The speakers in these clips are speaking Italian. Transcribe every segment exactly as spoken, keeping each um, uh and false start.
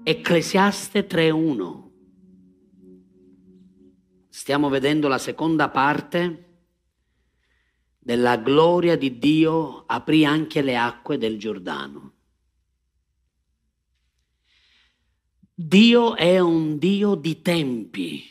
Ecclesiaste tre uno. Stiamo vedendo la seconda parte della gloria di Dio, aprì anche le acque del Giordano. Dio è un Dio di tempi.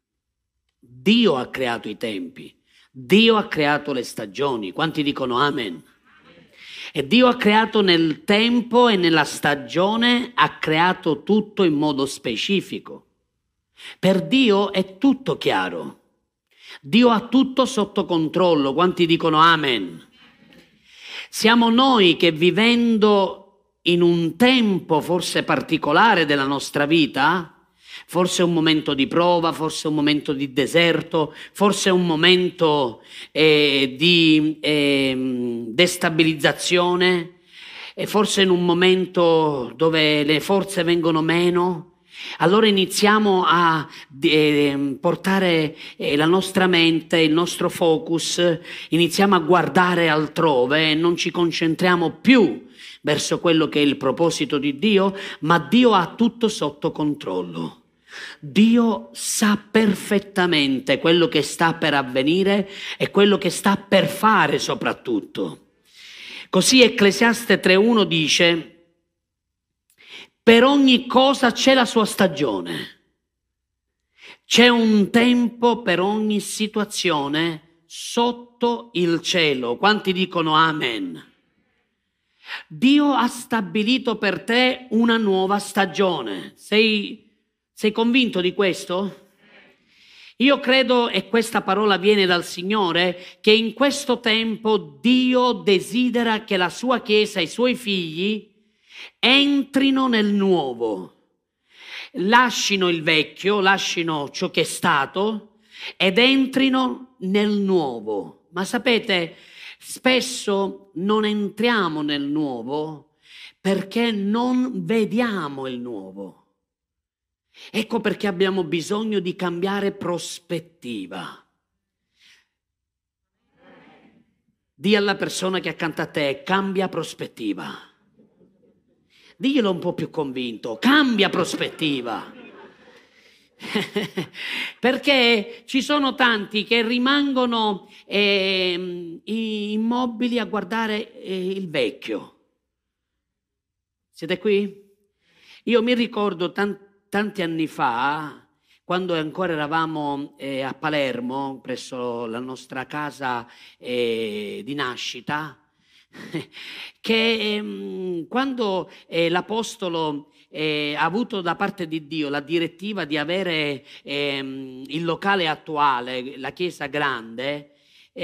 Dio ha creato i tempi. Dio ha creato le stagioni. Quanti dicono amen? E Dio ha creato nel tempo e nella stagione, ha creato tutto in modo specifico. Per Dio è tutto chiaro. Dio ha tutto sotto controllo. Quanti dicono amen? Siamo noi che, vivendo in un tempo forse particolare della nostra vita, forse un momento di prova, forse un momento di deserto, forse un momento eh, di eh, destabilizzazione, e forse in un momento dove le forze vengono meno, allora iniziamo a eh, portare eh, la nostra mente, il nostro focus, iniziamo a guardare altrove e non ci concentriamo più verso quello che è il proposito di Dio, ma Dio ha tutto sotto controllo. Dio sa perfettamente quello che sta per avvenire e quello che sta per fare soprattutto. Così Ecclesiaste tre uno dice: per ogni cosa c'è la sua stagione, c'è un tempo per ogni situazione sotto il cielo. Quanti dicono amen? Dio ha stabilito per te una nuova stagione. Sei Sei convinto di questo? Io credo, e questa parola viene dal Signore, che in questo tempo Dio desidera che la sua Chiesa e i suoi figli entrino nel nuovo, lascino il vecchio, lascino ciò che è stato ed entrino nel nuovo. Ma sapete, spesso non entriamo nel nuovo perché non vediamo il nuovo. Ecco perché abbiamo bisogno di cambiare prospettiva. Dì alla persona che è accanto a te: cambia prospettiva. Diglielo un po' più convinto: cambia prospettiva. Perché ci sono tanti che rimangono eh, immobili a guardare eh, il vecchio. Siete qui? Io mi ricordo tanti Tanti anni fa, quando ancora eravamo eh, a Palermo, presso la nostra casa eh, di nascita, che ehm, quando eh, l'Apostolo eh, ha avuto da parte di Dio la direttiva di avere ehm, il locale attuale, la chiesa grande,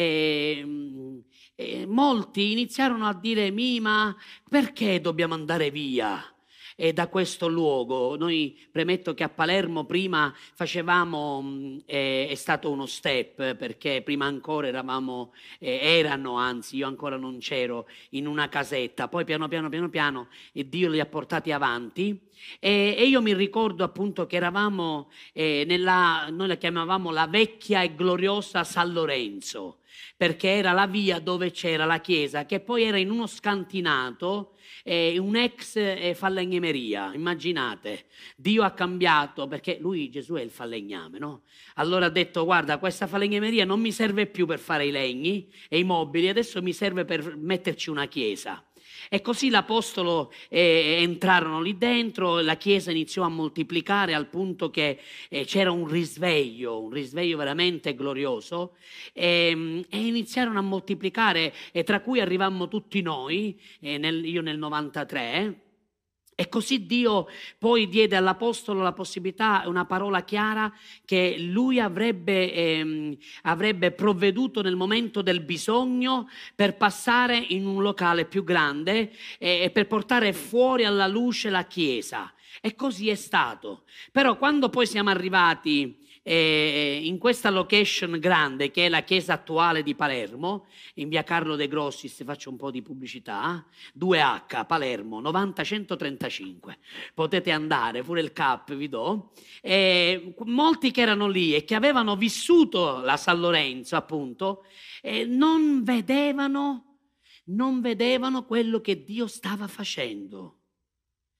ehm, eh, molti iniziarono a dire: Mima, perché dobbiamo andare via? E da questo luogo, noi premetto che a Palermo prima facevamo, eh, è stato uno step, perché prima ancora eravamo, eh, erano anzi, io ancora non c'ero, in una casetta, poi piano piano piano piano e Dio li ha portati avanti. E, e io mi ricordo appunto che eravamo eh, nella, noi la chiamavamo la vecchia e gloriosa San Lorenzo, perché era la via dove c'era la chiesa, che poi era in uno scantinato, eh, un'ex eh, falegnameria. Immaginate, Dio ha cambiato, perché lui, Gesù, è il falegname, no? Allora ha detto: guarda, questa falegnameria non mi serve più per fare i legni e i mobili, adesso mi serve per metterci una chiesa. E così l'Apostolo eh, entrarono lì dentro, la Chiesa iniziò a moltiplicare al punto che eh, c'era un risveglio, un risveglio veramente glorioso, e, e iniziarono a moltiplicare, e tra cui arrivammo tutti noi, eh, nel, io nel novantatré. E così Dio poi diede all'Apostolo la possibilità, una parola chiara, che lui avrebbe, ehm, avrebbe provveduto nel momento del bisogno per passare in un locale più grande e eh, per portare fuori alla luce la Chiesa. E così è stato. Però quando poi siamo arrivati eh, in questa location grande, che è la chiesa attuale di Palermo, in via Carlo De Grossis, faccio un po' di pubblicità, due acca Palermo novanta centotrentacinque, potete andare, pure il cap vi do. E molti che erano lì e che avevano vissuto la San Lorenzo appunto eh, non vedevano non vedevano quello che Dio stava facendo.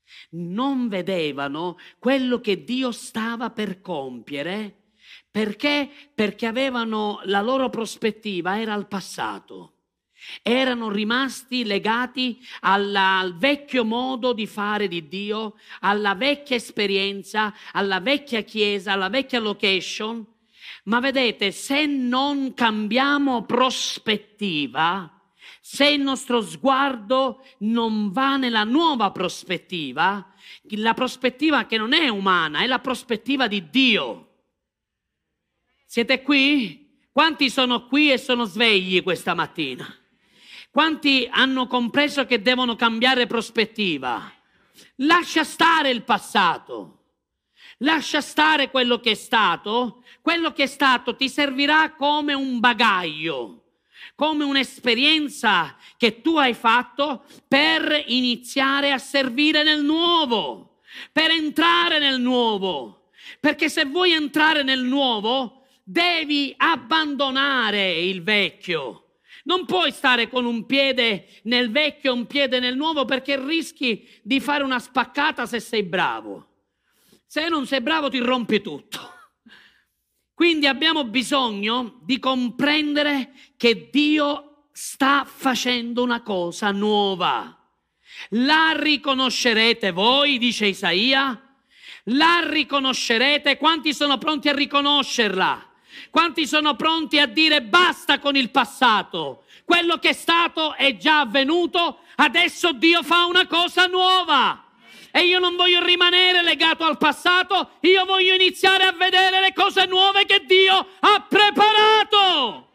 non vedevano quello che Dio stava per compiere. Perché? Perché avevano la loro prospettiva, era al passato. Erano rimasti legati alla, al vecchio modo di fare di Dio, alla vecchia esperienza, alla vecchia chiesa, alla vecchia location. Ma vedete, se non cambiamo prospettiva, se il nostro sguardo non va nella nuova prospettiva, la prospettiva che non è umana, è la prospettiva di Dio. Siete qui? Quanti sono qui e sono svegli questa mattina? Quanti hanno compreso che devono cambiare prospettiva? Lascia stare il passato, lascia stare quello che è stato. Quello che è stato ti servirà come un bagaglio, come un'esperienza che tu hai fatto per iniziare a servire nel nuovo, per entrare nel nuovo. Perché se vuoi entrare nel nuovo, devi abbandonare il vecchio. Non puoi stare con un piede nel vecchio e un piede nel nuovo, perché rischi di fare una spaccata se sei bravo. Se non sei bravo ti rompi tutto. Quindi abbiamo bisogno di comprendere che Dio sta facendo una cosa nuova. La riconoscerete voi, dice Isaia? La riconoscerete? Quanti sono pronti a riconoscerla? Quanti sono pronti a dire basta con il passato? Quello che è stato è già avvenuto, adesso Dio fa una cosa nuova. E io non voglio rimanere legato al passato, io voglio iniziare a vedere le cose nuove che Dio ha preparato.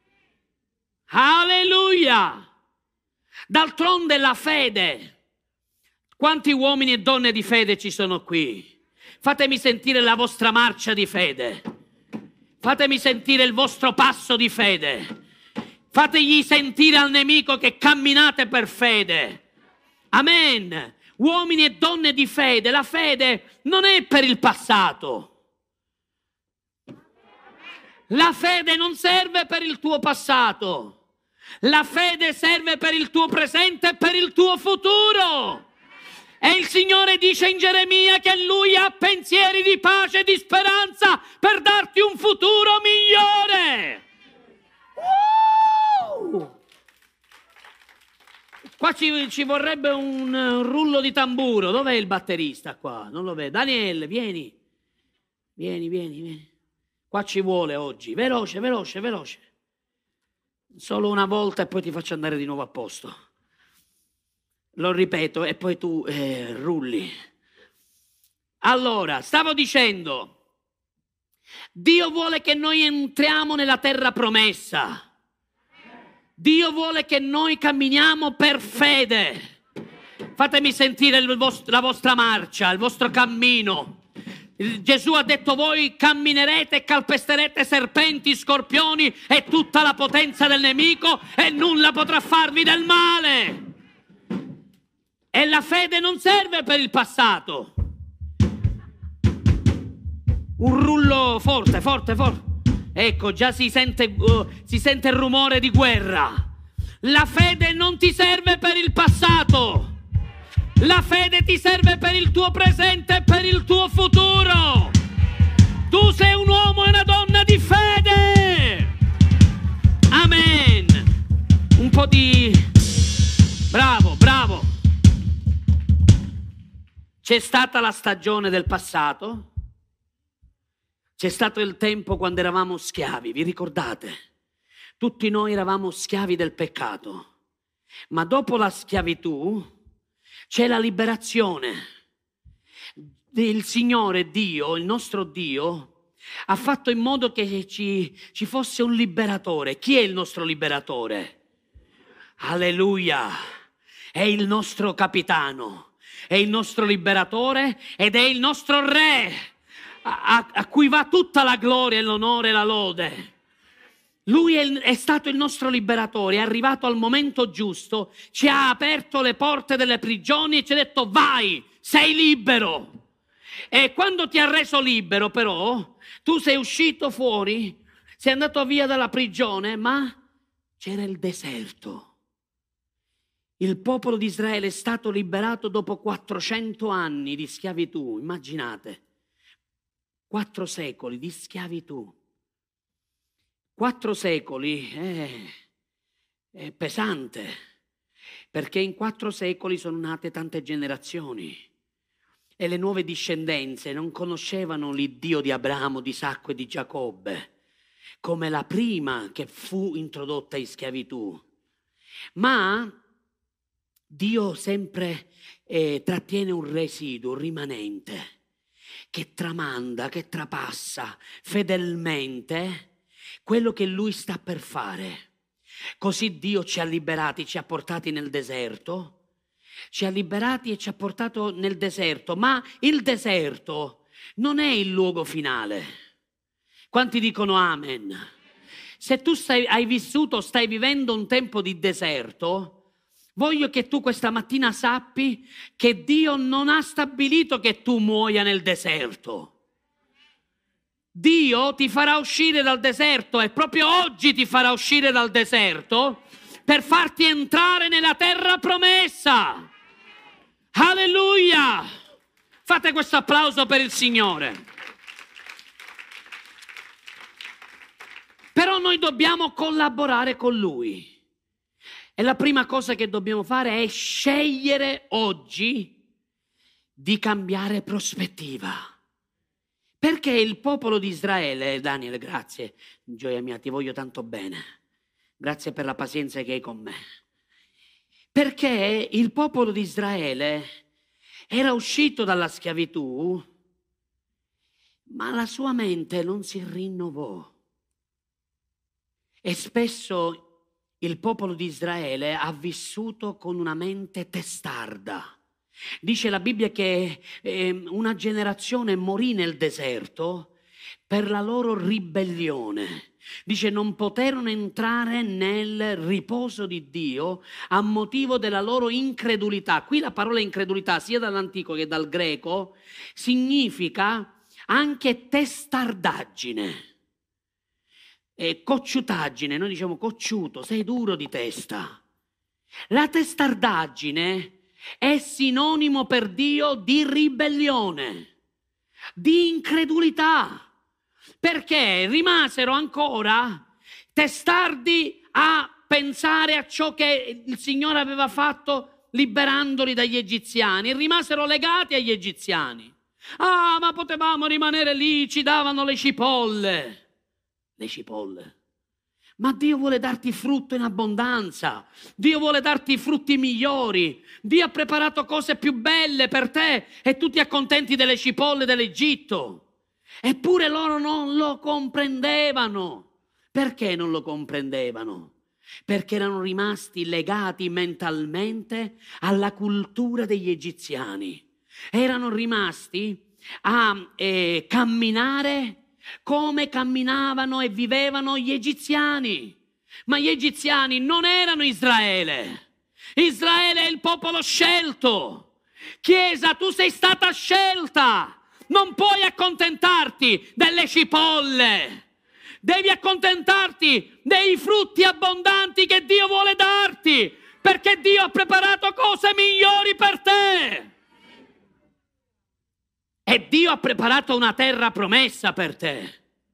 Alleluia! D'altronde la fede. Quanti uomini e donne di fede ci sono qui? Fatemi sentire la vostra marcia di fede. Fatemi sentire il vostro passo di fede. Fategli sentire al nemico che camminate per fede. Amen. Uomini e donne di fede. La fede non è per il passato. La fede non serve per il tuo passato. La fede serve per il tuo presente e per il tuo futuro. E il Signore dice in Geremia che Lui ha pensieri di pace e di speranza per darti un futuro migliore. Uh! Qua ci, ci vorrebbe un, un rullo di tamburo. Dov'è il batterista qua? Non lo vedo. Daniele, vieni. Vieni, vieni, vieni. Qua ci vuole oggi. Veloce, veloce, veloce. Solo una volta e poi ti faccio andare di nuovo a posto. Lo ripeto e poi tu eh, rulli. Allora, stavo dicendo, Dio vuole che noi entriamo nella terra promessa. Dio vuole che noi camminiamo per fede. Fatemi sentire il vostro, la vostra marcia, il vostro cammino. Gesù ha detto: voi camminerete e calpesterete serpenti, scorpioni e tutta la potenza del nemico e nulla potrà farvi del male. E la fede non serve per il passato. Un rullo forte, forte, forte. Ecco, già si sente, uh, si sente il rumore di guerra. La fede non ti serve per il passato. La fede ti serve per il tuo presente e per il tuo futuro. Tu sei un uomo e una donna di fede. Amen. Un po' di... Bravo, bravo. C'è stata la stagione del passato. C'è stato il tempo quando eravamo schiavi, vi ricordate? Tutti noi eravamo schiavi del peccato. Ma dopo la schiavitù c'è la liberazione. Il Signore Dio, il nostro Dio, ha fatto in modo che ci, ci fosse un liberatore. Chi è il nostro liberatore? Alleluia! È il nostro capitano, è il nostro liberatore ed è il nostro re, a, a cui va tutta la gloria, l'onore e la lode. Lui è, è stato il nostro liberatore, è arrivato al momento giusto, ci ha aperto le porte delle prigioni e ci ha detto: vai, sei libero. E quando ti ha reso libero, però, tu sei uscito fuori, sei andato via dalla prigione, ma c'era il deserto. Il popolo di Israele è stato liberato dopo quattrocento anni di schiavitù, immaginate, quattro secoli di schiavitù. Quattro secoli è, è pesante, perché in quattro secoli sono nate tante generazioni e le nuove discendenze non conoscevano l'Iddio di Abramo, di Isacco e di Giacobbe, come la prima che fu introdotta in schiavitù. Ma Dio sempre eh, trattiene un residuo, un rimanente, che tramanda, che trapassa fedelmente quello che Lui sta per fare. Così Dio ci ha liberati, ci ha portati nel deserto, ci ha liberati e ci ha portato nel deserto, ma il deserto non è il luogo finale. Quanti dicono amen? Se tu stai, hai vissuto, stai vivendo un tempo di deserto, voglio che tu questa mattina sappi che Dio non ha stabilito che tu muoia nel deserto. Dio ti farà uscire dal deserto e proprio oggi ti farà uscire dal deserto per farti entrare nella terra promessa. Alleluia! Fate questo applauso per il Signore. Però noi dobbiamo collaborare con Lui. E la prima cosa che dobbiamo fare è scegliere oggi di cambiare prospettiva. Perché il popolo di Israele, Daniel, grazie, gioia mia, ti voglio tanto bene. Grazie per la pazienza che hai con me. Perché il popolo di Israele era uscito dalla schiavitù, ma la sua mente non si rinnovò. E spesso il popolo di Israele ha vissuto con una mente testarda. Dice la Bibbia che eh, una generazione morì nel deserto per la loro ribellione. Dice non poterono entrare nel riposo di Dio a motivo della loro incredulità. Qui la parola incredulità, sia dall'antico che dal greco, significa anche testardaggine. E cocciutaggine, noi diciamo cocciuto, sei duro di testa. La testardaggine è sinonimo per Dio di ribellione, di incredulità, perché rimasero ancora testardi a pensare a ciò che il Signore aveva fatto liberandoli dagli egiziani, rimasero legati agli egiziani. Ah, ma potevamo rimanere lì, ci davano le cipolle. Le cipolle. Ma Dio vuole darti frutto in abbondanza. Dio vuole darti frutti migliori. Dio ha preparato cose più belle per te e tu ti accontenti delle cipolle dell'Egitto. Eppure loro non lo comprendevano. Perché non lo comprendevano? Perché erano rimasti legati mentalmente alla cultura degli egiziani. Erano rimasti a eh, camminare come camminavano e vivevano gli egiziani. Ma gli egiziani non erano Israele. Israele è il popolo scelto. Chiesa, tu sei stata scelta. Non puoi accontentarti delle cipolle. Devi accontentarti dei frutti abbondanti che Dio vuole darti, perché Dio ha preparato cose migliori per te. E Dio ha preparato una terra promessa per te.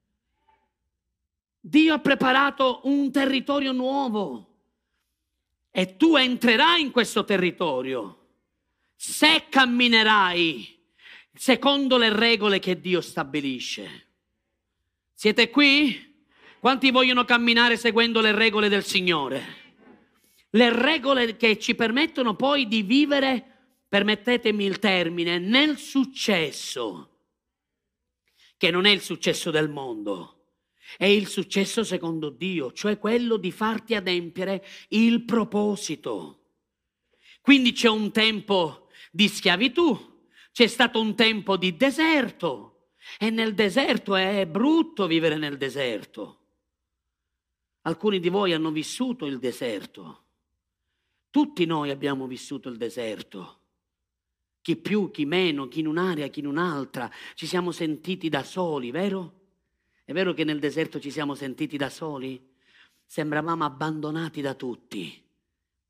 Dio ha preparato un territorio nuovo. E tu entrerai in questo territorio se camminerai secondo le regole che Dio stabilisce. Siete qui? Quanti vogliono camminare seguendo le regole del Signore? Le regole che ci permettono poi di vivere, permettetemi il termine, nel successo, che non è il successo del mondo, è il successo secondo Dio, cioè quello di farti adempiere il proposito. Quindi c'è un tempo di schiavitù, c'è stato un tempo di deserto, e nel deserto è brutto vivere nel deserto. Alcuni di voi hanno vissuto il deserto, tutti noi abbiamo vissuto il deserto. Chi più, chi meno, chi in un'area, chi in un'altra. Ci siamo sentiti da soli, vero? È vero che nel deserto ci siamo sentiti da soli? Sembravamo abbandonati da tutti,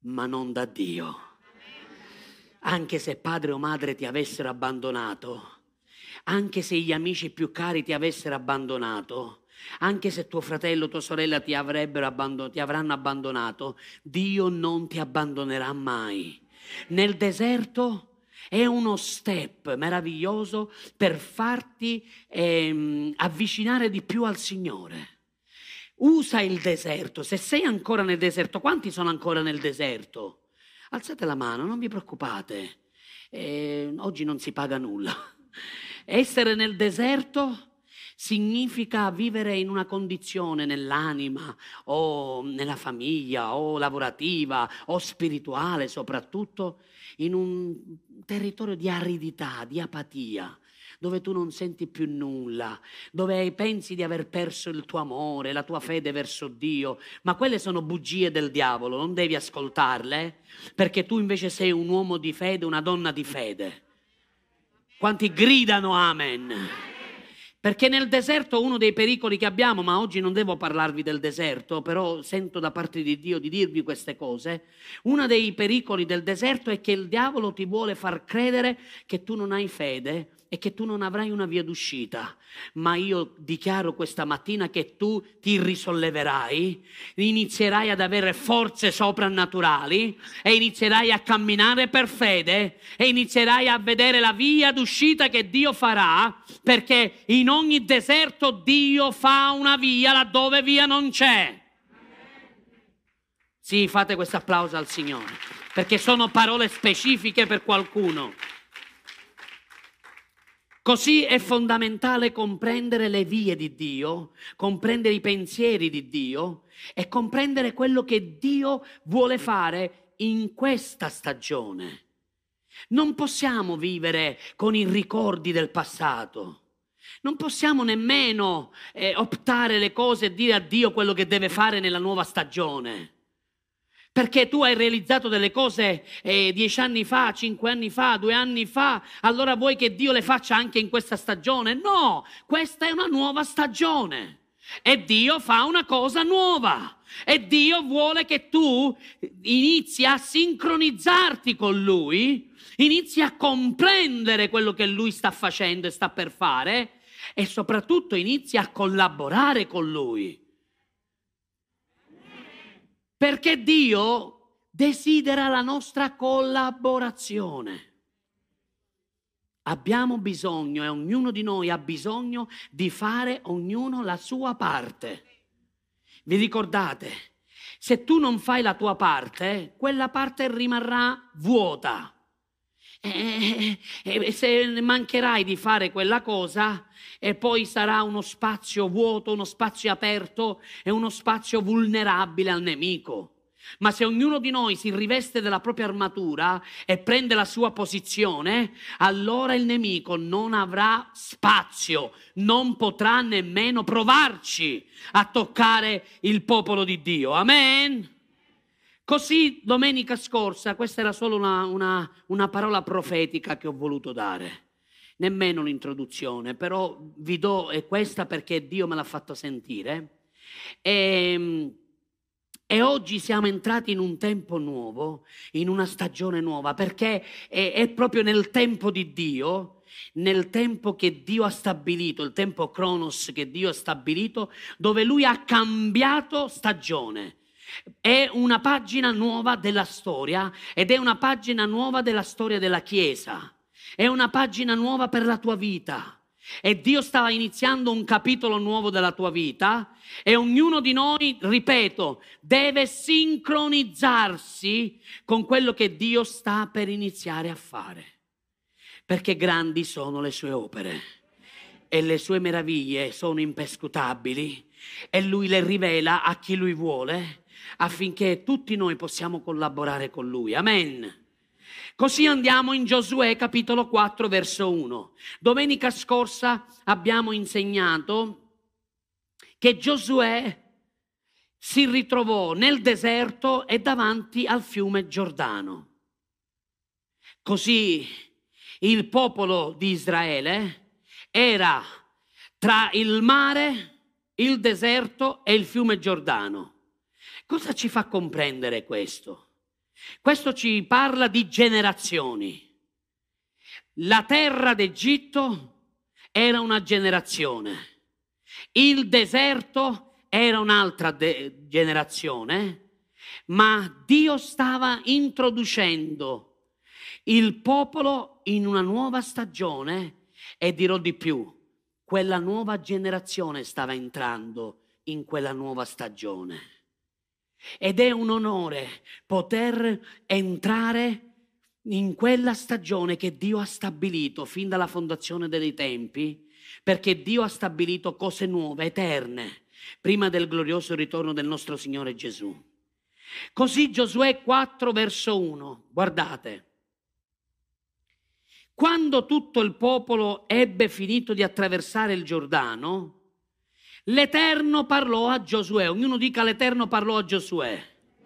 ma non da Dio. Anche se padre o madre ti avessero abbandonato, anche se gli amici più cari ti avessero abbandonato, anche se tuo fratello o tua sorella ti, avrebbero abbandon- ti avranno abbandonato, Dio non ti abbandonerà mai. Nel deserto è uno step meraviglioso per farti ehm, avvicinare di più al Signore. Usa il deserto. Se sei ancora nel deserto, quanti sono ancora nel deserto? Alzate la mano, non vi preoccupate. Eh, oggi non si paga nulla. Essere nel deserto significa vivere in una condizione nell'anima o nella famiglia o lavorativa o spirituale, soprattutto in un territorio di aridità, di apatia, dove tu non senti più nulla, dove pensi di aver perso il tuo amore, la tua fede verso Dio, ma quelle sono bugie del diavolo, non devi ascoltarle, perché tu invece sei un uomo di fede, una donna di fede. Quanti gridano amen? Perché nel deserto uno dei pericoli che abbiamo, ma oggi non devo parlarvi del deserto, però sento da parte di Dio di dirvi queste cose, uno dei pericoli del deserto è che il diavolo ti vuole far credere che tu non hai fede e che tu non avrai una via d'uscita, ma io dichiaro questa mattina che tu ti risolleverai, inizierai ad avere forze soprannaturali e inizierai a camminare per fede e inizierai a vedere la via d'uscita che Dio farà, perché in ogni deserto Dio fa una via laddove via non c'è. Sì, fate questo applauso al Signore, perché sono parole specifiche per qualcuno. Così è fondamentale comprendere le vie di Dio, comprendere i pensieri di Dio e comprendere quello che Dio vuole fare in questa stagione. Non possiamo vivere con i ricordi del passato. Non possiamo nemmeno eh, optare le cose e dire a Dio quello che deve fare nella nuova stagione. Perché tu hai realizzato delle cose eh, dieci anni fa, cinque anni fa, due anni fa, allora vuoi che Dio le faccia anche in questa stagione? No, questa è una nuova stagione e Dio fa una cosa nuova e Dio vuole che tu inizi a sincronizzarti con Lui, inizi a comprendere quello che Lui sta facendo e sta per fare e soprattutto inizi a collaborare con Lui. Perché Dio desidera la nostra collaborazione. Abbiamo bisogno e ognuno di noi ha bisogno di fare ognuno la sua parte. Vi ricordate? Se tu non fai la tua parte, quella parte rimarrà vuota. E, e, e se mancherai di fare quella cosa, e poi sarà uno spazio vuoto, uno spazio aperto e uno spazio vulnerabile al nemico. Ma se ognuno di noi si riveste della propria armatura e prende la sua posizione, allora il nemico non avrà spazio, non potrà nemmeno provarci a toccare il popolo di Dio. Amen? Così domenica scorsa, questa era solo una, una, una parola profetica che ho voluto dare. Nemmeno l'introduzione, però vi do è questa perché Dio me l'ha fatto sentire. E, e oggi siamo entrati in un tempo nuovo, in una stagione nuova, perché è, è proprio nel tempo di Dio, nel tempo che Dio ha stabilito, il tempo Cronos che Dio ha stabilito, dove Lui ha cambiato stagione. È una pagina nuova della storia ed è una pagina nuova della storia della Chiesa. È una pagina nuova per la tua vita e Dio stava iniziando un capitolo nuovo della tua vita e ognuno di noi, ripeto, deve sincronizzarsi con quello che Dio sta per iniziare a fare, perché grandi sono le sue opere e le sue meraviglie sono impescutabili e Lui le rivela a chi Lui vuole affinché tutti noi possiamo collaborare con Lui. Amen. Così andiamo in Giosuè capitolo quattro verso uno. Domenica scorsa abbiamo insegnato che Giosuè si ritrovò nel deserto e davanti al fiume Giordano. Così il popolo di Israele era tra il mare, il deserto e il fiume Giordano. Cosa ci fa comprendere questo? Questo ci parla di generazioni. La terra d'Egitto era una generazione, il deserto era un'altra de- generazione, ma Dio stava introducendo il popolo in una nuova stagione e dirò di più, quella nuova generazione stava entrando in quella nuova stagione. Ed è un onore poter entrare in quella stagione che Dio ha stabilito fin dalla fondazione dei tempi, perché Dio ha stabilito cose nuove, eterne, prima del glorioso ritorno del nostro Signore Gesù. Così Giosuè quattro verso uno, guardate. Quando tutto il popolo ebbe finito di attraversare il Giordano, l'Eterno parlò a Giosuè. Ognuno dica: l'Eterno parlò a Giosuè.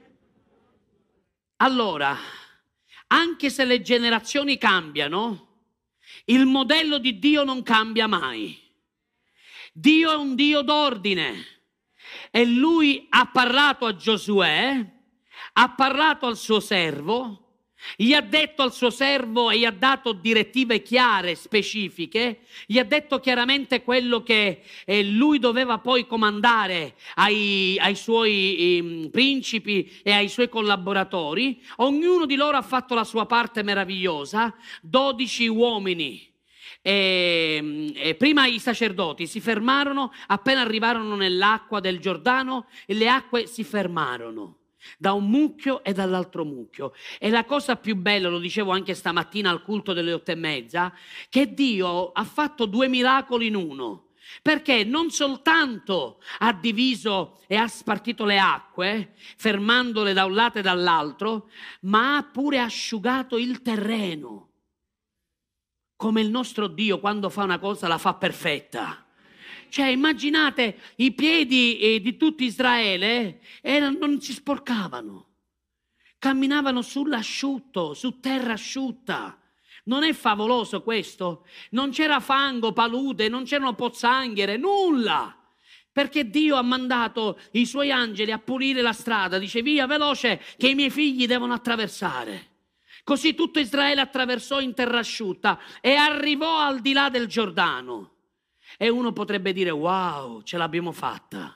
Allora, anche se le generazioni cambiano, il modello di Dio non cambia mai. Dio è un Dio d'ordine e Lui ha parlato a Giosuè, ha parlato al suo servo, gli ha detto al suo servo e gli ha dato direttive chiare, specifiche, gli ha detto chiaramente quello che eh, lui doveva poi comandare ai, ai suoi eh, principi e ai suoi collaboratori. Ognuno di loro ha fatto la sua parte meravigliosa, dodici uomini. E, e prima i sacerdoti si fermarono, appena arrivarono nell'acqua del Giordano, e le acque si fermarono da un mucchio e dall'altro mucchio. E la cosa più bella, lo dicevo anche stamattina al culto delle otto e mezza, che Dio ha fatto due miracoli in uno, perché non soltanto ha diviso e ha spartito le acque, fermandole da un lato e dall'altro, ma ha pure asciugato il terreno. Come il nostro Dio, quando fa una cosa la fa perfetta. Cioè, immaginate, i piedi eh, di tutto Israele erano, non si sporcavano, camminavano sull'asciutto, su terra asciutta. Non è favoloso questo? Non c'era fango, palude, non c'erano pozzanghere, nulla. Perché Dio ha mandato i suoi angeli a pulire la strada, dice: via veloce che i miei figli devono attraversare. Così tutto Israele attraversò in terra asciutta e arrivò al di là del Giordano. E uno potrebbe dire: wow, ce l'abbiamo fatta.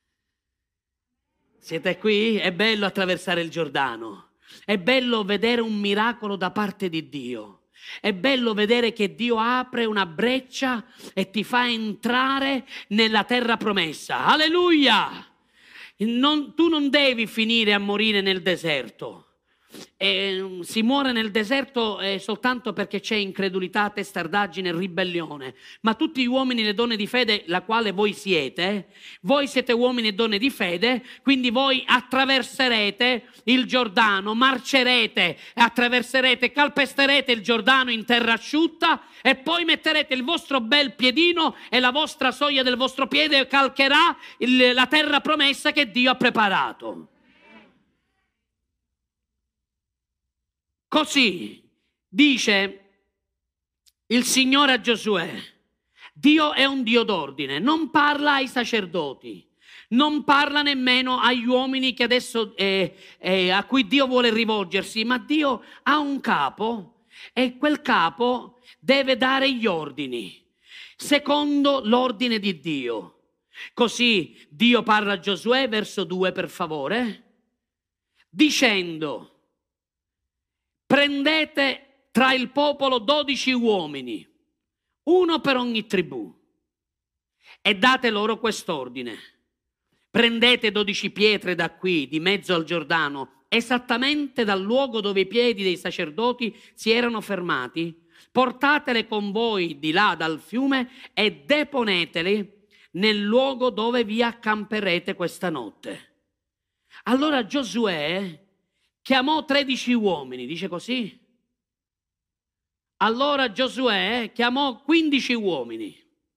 Siete qui? È bello attraversare il Giordano. È bello vedere un miracolo da parte di Dio. È bello vedere che Dio apre una breccia e ti fa entrare nella terra promessa. Alleluia! Non, tu non devi finire a morire nel deserto. Eh, si muore nel deserto eh, soltanto perché c'è incredulità, testardaggine, ribellione. Ma tutti gli uomini e le donne di fede, la quale voi siete, voi siete uomini e donne di fede, quindi voi attraverserete il Giordano, marcerete, attraverserete, calpesterete il Giordano in terra asciutta e poi metterete il vostro bel piedino e la vostra soglia del vostro piede calcherà il, la terra promessa che Dio ha preparato. Così dice il Signore a Giosuè: Dio è un Dio d'ordine, non parla ai sacerdoti, non parla nemmeno agli uomini che adesso eh, eh, a cui Dio vuole rivolgersi, ma Dio ha un capo e quel capo deve dare gli ordini secondo l'ordine di Dio. Così Dio parla a Giosuè, verso due per favore, dicendo: prendete tra il popolo dodici uomini, uno per ogni tribù, e date loro quest'ordine: prendete dodici pietre da qui, di mezzo al Giordano, esattamente dal luogo dove i piedi dei sacerdoti si erano fermati, portatele con voi di là dal fiume e deponeteli nel luogo dove vi accamperete questa notte. Allora Giosuè chiamò tredici uomini, dice così? Allora Giosuè chiamò quindici uomini.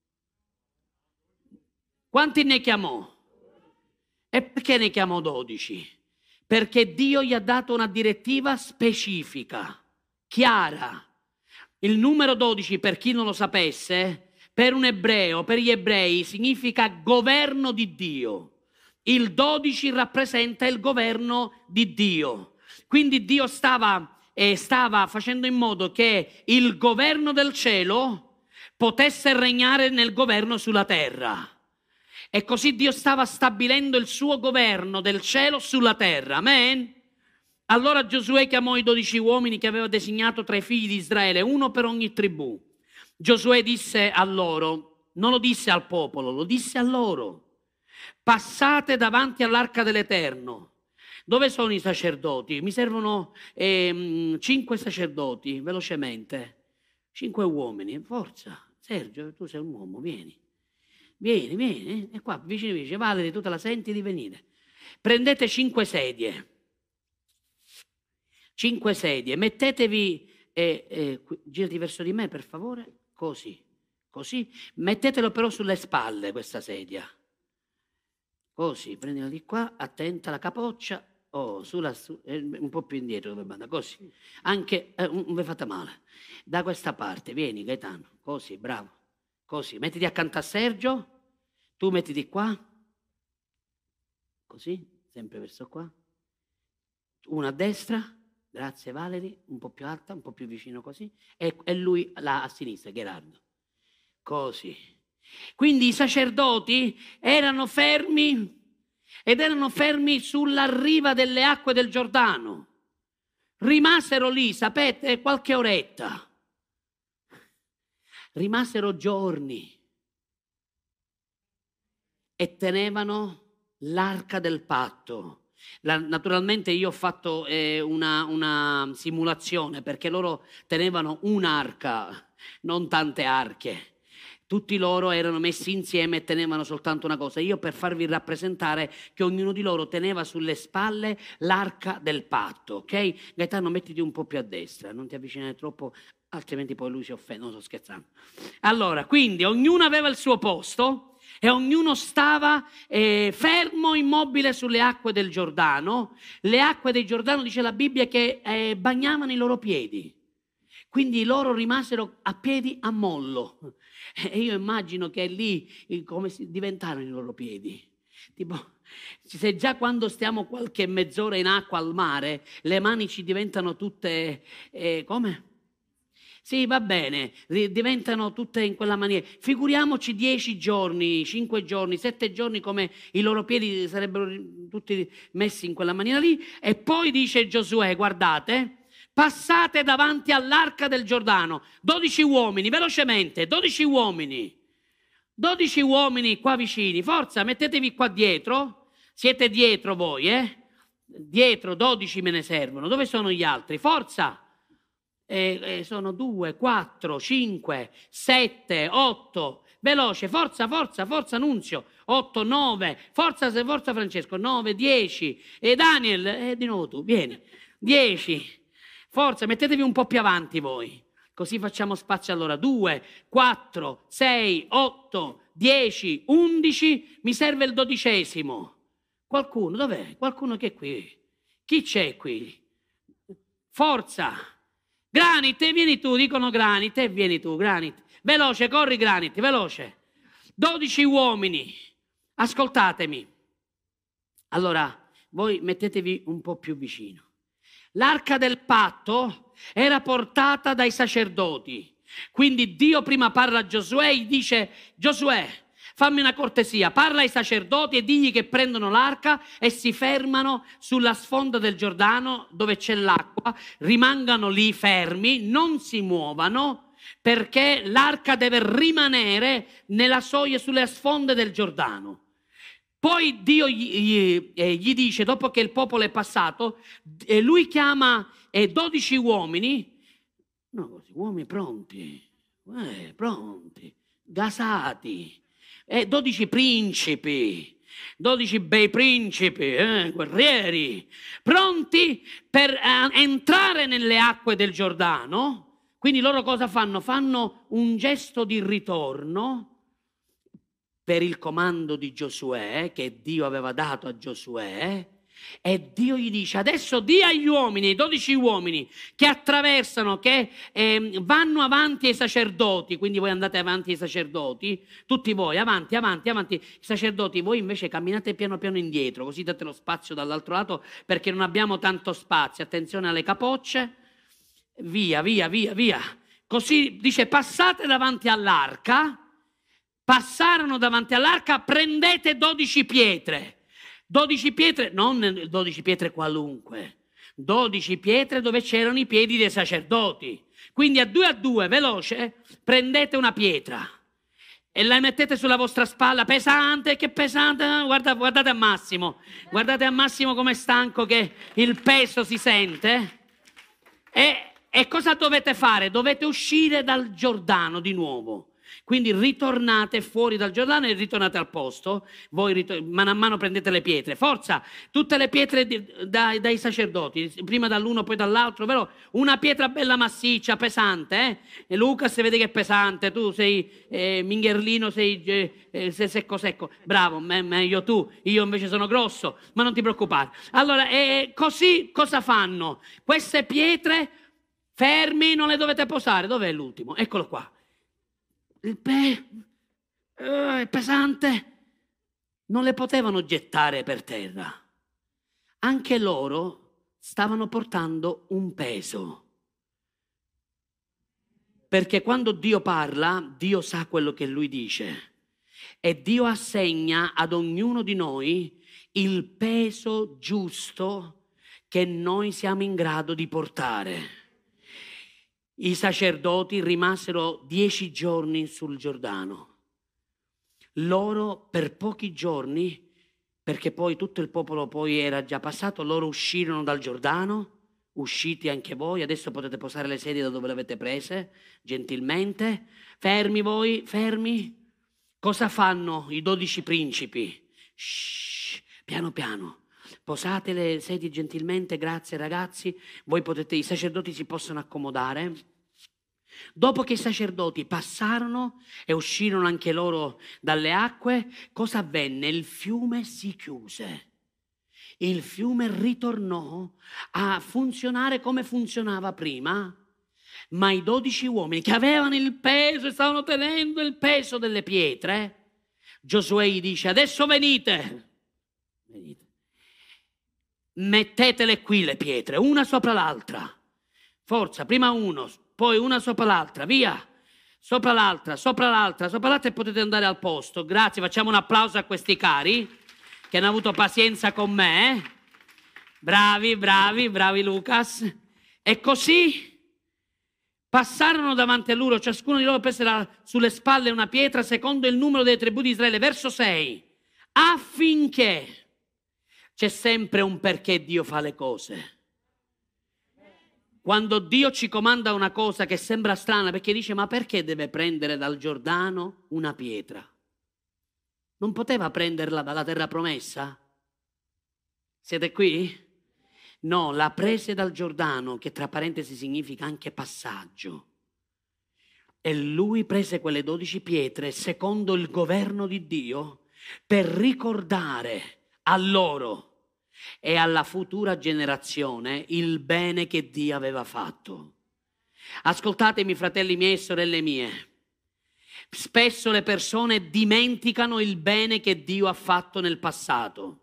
Quanti ne chiamò? E perché ne chiamò dodici? Perché Dio gli ha dato una direttiva specifica, chiara. Il numero dodici, per chi non lo sapesse, per un ebreo, per gli ebrei, significa governo di Dio. Il dodici rappresenta il governo di Dio. Quindi Dio stava, eh, stava facendo in modo che il governo del cielo potesse regnare nel governo sulla terra. E così Dio stava stabilendo il suo governo del cielo sulla terra. Amen? Allora Giosuè chiamò i dodici uomini che aveva designato tra i figli di Israele, uno per ogni tribù. Giosuè disse a loro, non lo disse al popolo, lo disse a loro: passate davanti all'arca dell'Eterno. Dove sono i sacerdoti? Mi servono eh, cinque sacerdoti, velocemente. Cinque uomini, forza. Sergio, tu sei un uomo, vieni. Vieni, vieni, è qua, vicino, vicino. Valerie, tu te la senti di venire. Prendete cinque sedie. Cinque sedie. Mettetevi, eh, eh, girati verso di me, per favore. Così, così. Mettetelo però sulle spalle, questa sedia. Così, prendila di qua, attenta alla capoccia. Oh, sulla, su, eh, un po' più indietro dove manda, così. Anche, eh, non vi fate male. Da questa parte, vieni Gaetano, così, bravo. Così, mettiti accanto a Sergio, tu mettiti qua. Così, sempre verso qua. Una a destra, grazie Valerie, un po' più alta, un po' più vicino così. E, e lui là a sinistra, Gerardo. Così. Quindi i sacerdoti erano fermi ed erano fermi sulla riva delle acque del Giordano. Rimasero lì, sapete, qualche oretta. Rimasero giorni e tenevano l'arca del patto. La, naturalmente io ho fatto eh, una, una simulazione, perché loro tenevano un'arca, non tante arche. Tutti loro erano messi insieme e tenevano soltanto una cosa. Io, per farvi rappresentare che ognuno di loro teneva sulle spalle l'arca del patto, ok? Gaetano, mettiti un po' più a destra, non ti avvicinare troppo, altrimenti poi lui si offende. Non sto scherzando. Allora, quindi ognuno aveva il suo posto e ognuno stava eh, fermo, immobile sulle acque del Giordano. Le acque del Giordano, dice la Bibbia, che eh, bagnavano i loro piedi. Quindi loro rimasero a piedi a mollo. E io immagino che lì come si diventarono i loro piedi. Tipo, se già quando stiamo qualche mezz'ora in acqua al mare, le mani ci diventano tutte, eh, come? Sì, va bene, diventano tutte in quella maniera. Figuriamoci dieci giorni, cinque giorni, sette giorni, come i loro piedi sarebbero tutti messi in quella maniera lì. E poi dice Giosuè, guardate, passate davanti all'arca del Giordano. Dodici uomini, velocemente, dodici uomini. Dodici uomini qua vicini. Forza, mettetevi qua dietro. Siete dietro voi, eh? Dietro, dodici me ne servono. Dove sono gli altri? Forza. Eh, eh, sono due, quattro, cinque, sette, otto. Veloce, forza, forza, forza, Nunzio. Otto, nove. Forza, forza Francesco. Nove, dieci. E Daniel, eh, di nuovo tu, vieni. Dieci. Forza, mettetevi un po' più avanti voi, così facciamo spazio. Allora, due, quattro, sei, otto, dieci, undici, mi serve il dodicesimo. Qualcuno, dov'è? Qualcuno che è qui? Chi c'è qui? Forza! Granit, vieni tu, dicono Granit, e vieni tu, Granit. Veloce, corri Granit, veloce. Dodici uomini, ascoltatemi. Allora, voi mettetevi un po' più vicino. L'arca del patto era portata dai sacerdoti. Quindi Dio prima parla a Giosuè e dice: Giosuè, fammi una cortesia, parla ai sacerdoti e digli che prendono l'arca e si fermano sulla sponda del Giordano dove c'è l'acqua, rimangano lì fermi, non si muovano, perché l'arca deve rimanere nella soglia, sulle sponde del Giordano. Poi Dio gli, gli, eh, gli dice, dopo che il popolo è passato, eh, lui chiama eh, dodici uomini, no, uomini pronti, eh, pronti, gasati, eh, dodici principi, dodici bei principi, eh, guerrieri, pronti per eh, entrare nelle acque del Giordano. Quindi loro cosa fanno? Fanno un gesto di ritorno per il comando di Giosuè, che Dio aveva dato a Giosuè, E Dio gli dice: adesso di agli uomini, ai dodici uomini che attraversano, che eh, vanno avanti ai sacerdoti, quindi voi andate avanti ai sacerdoti, tutti voi avanti, avanti, avanti, i sacerdoti, voi invece camminate piano piano indietro, così date lo spazio dall'altro lato, perché non abbiamo tanto spazio, attenzione alle capocce, via, via, via, via. Così dice: passate davanti all'arca, passarono davanti all'arca, prendete dodici pietre. dodici pietre, non dodici pietre qualunque, dodici pietre dove c'erano i piedi dei sacerdoti. Quindi a due a due, veloce, prendete una pietra e la mettete sulla vostra spalla, pesante, che pesante, guarda, guardate a Massimo, guardate a Massimo com'è stanco, che il peso si sente. E, e cosa dovete fare? Dovete uscire dal Giordano di nuovo. Quindi ritornate fuori dal Giordano e ritornate al posto. Voi ritor- mano a mano prendete le pietre. Forza, tutte le pietre di, dai, dai sacerdoti, prima dall'uno poi dall'altro, però una pietra bella massiccia, pesante. Eh? E Lucas vede che è pesante, tu sei eh, mingherlino, sei eh, secco secco. Bravo, me, meglio tu, io invece sono grosso, ma non ti preoccupare. Allora, eh, così cosa fanno? Queste pietre, fermi, non le dovete posare. Dov'è l'ultimo? Eccolo qua. Il pe... uh, è pesante, non le potevano gettare per terra. Anche loro stavano portando un peso. Perché quando Dio parla, Dio sa quello che Lui dice. E Dio assegna ad ognuno di noi il peso giusto che noi siamo in grado di portare. I sacerdoti rimasero dieci giorni sul Giordano. Loro per pochi giorni, perché poi tutto il popolo poi era già passato, loro uscirono dal Giordano, usciti anche voi, adesso potete posare le sedie da dove le avete prese, gentilmente. Fermi voi, fermi. Cosa fanno i dodici principi? Shh, piano piano. Posate le sedie gentilmente, grazie ragazzi. Voi potete, i sacerdoti si possono accomodare. Dopo che i sacerdoti passarono e uscirono anche loro dalle acque, cosa avvenne? Il fiume si chiuse. Il fiume ritornò a funzionare come funzionava prima, ma i dodici uomini che avevano il peso e stavano tenendo il peso delle pietre, Giosuè gli dice: adesso venite, venite. Mettetele qui le pietre, una sopra l'altra. Forza, prima uno, poi una sopra l'altra, via. Sopra l'altra, sopra l'altra, sopra l'altra e potete andare al posto. Grazie, facciamo un applauso a questi cari che hanno avuto pazienza con me. Eh? Bravi, bravi, bravi Lucas. E così passarono davanti a loro, ciascuno di loro prese la, sulle spalle una pietra secondo il numero delle tribù di Israele. Verso sei. Affinché... C'è sempre un perché Dio fa le cose. Quando Dio ci comanda una cosa che sembra strana, perché dice: ma perché deve prendere dal Giordano una pietra? Non poteva prenderla dalla terra promessa? Siete qui? No, la prese dal Giordano, che tra parentesi significa anche passaggio. E lui prese quelle dodici pietre secondo il governo di Dio per ricordare a loro e alla futura generazione il bene che Dio aveva fatto. Ascoltatemi, fratelli miei e sorelle mie, spesso le persone dimenticano il bene che Dio ha fatto nel passato.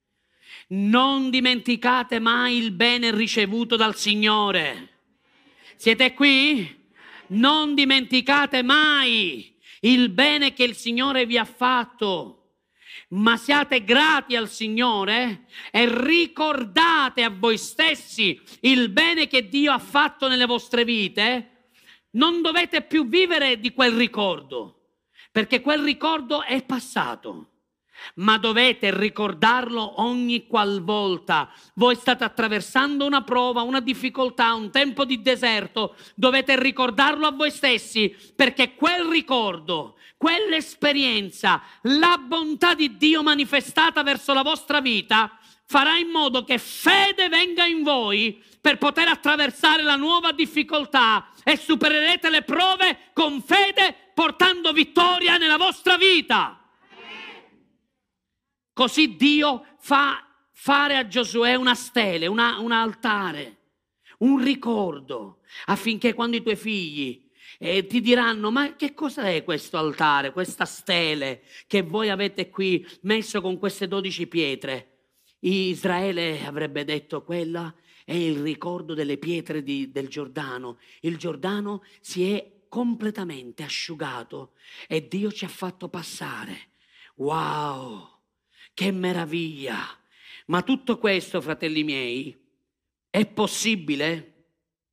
Non dimenticate mai il bene ricevuto dal Signore. Siete qui? Non dimenticate mai il bene che il Signore vi ha fatto. Ma siate grati al Signore e ricordate a voi stessi il bene che Dio ha fatto nelle vostre vite. Non dovete più vivere di quel ricordo, perché quel ricordo è passato. Ma dovete ricordarlo ogni qualvolta voi state attraversando una prova, una difficoltà, un tempo di deserto. Dovete ricordarlo a voi stessi, perché quel ricordo, quell'esperienza, la bontà di Dio manifestata verso la vostra vita farà in modo che fede venga in voi per poter attraversare la nuova difficoltà, e supererete le prove con fede, portando vittoria nella vostra vita. Così Dio fa fare a Giosuè una stele, una, un altare, un ricordo, affinché quando i tuoi figli eh, ti diranno: ma che cosa è questo altare, questa stele che voi avete qui messo con queste dodici pietre? Israele avrebbe detto: quella è il ricordo delle pietre di, del Giordano. Il Giordano si è completamente asciugato e Dio ci ha fatto passare. Wow, che meraviglia! Ma tutto questo, fratelli miei, è possibile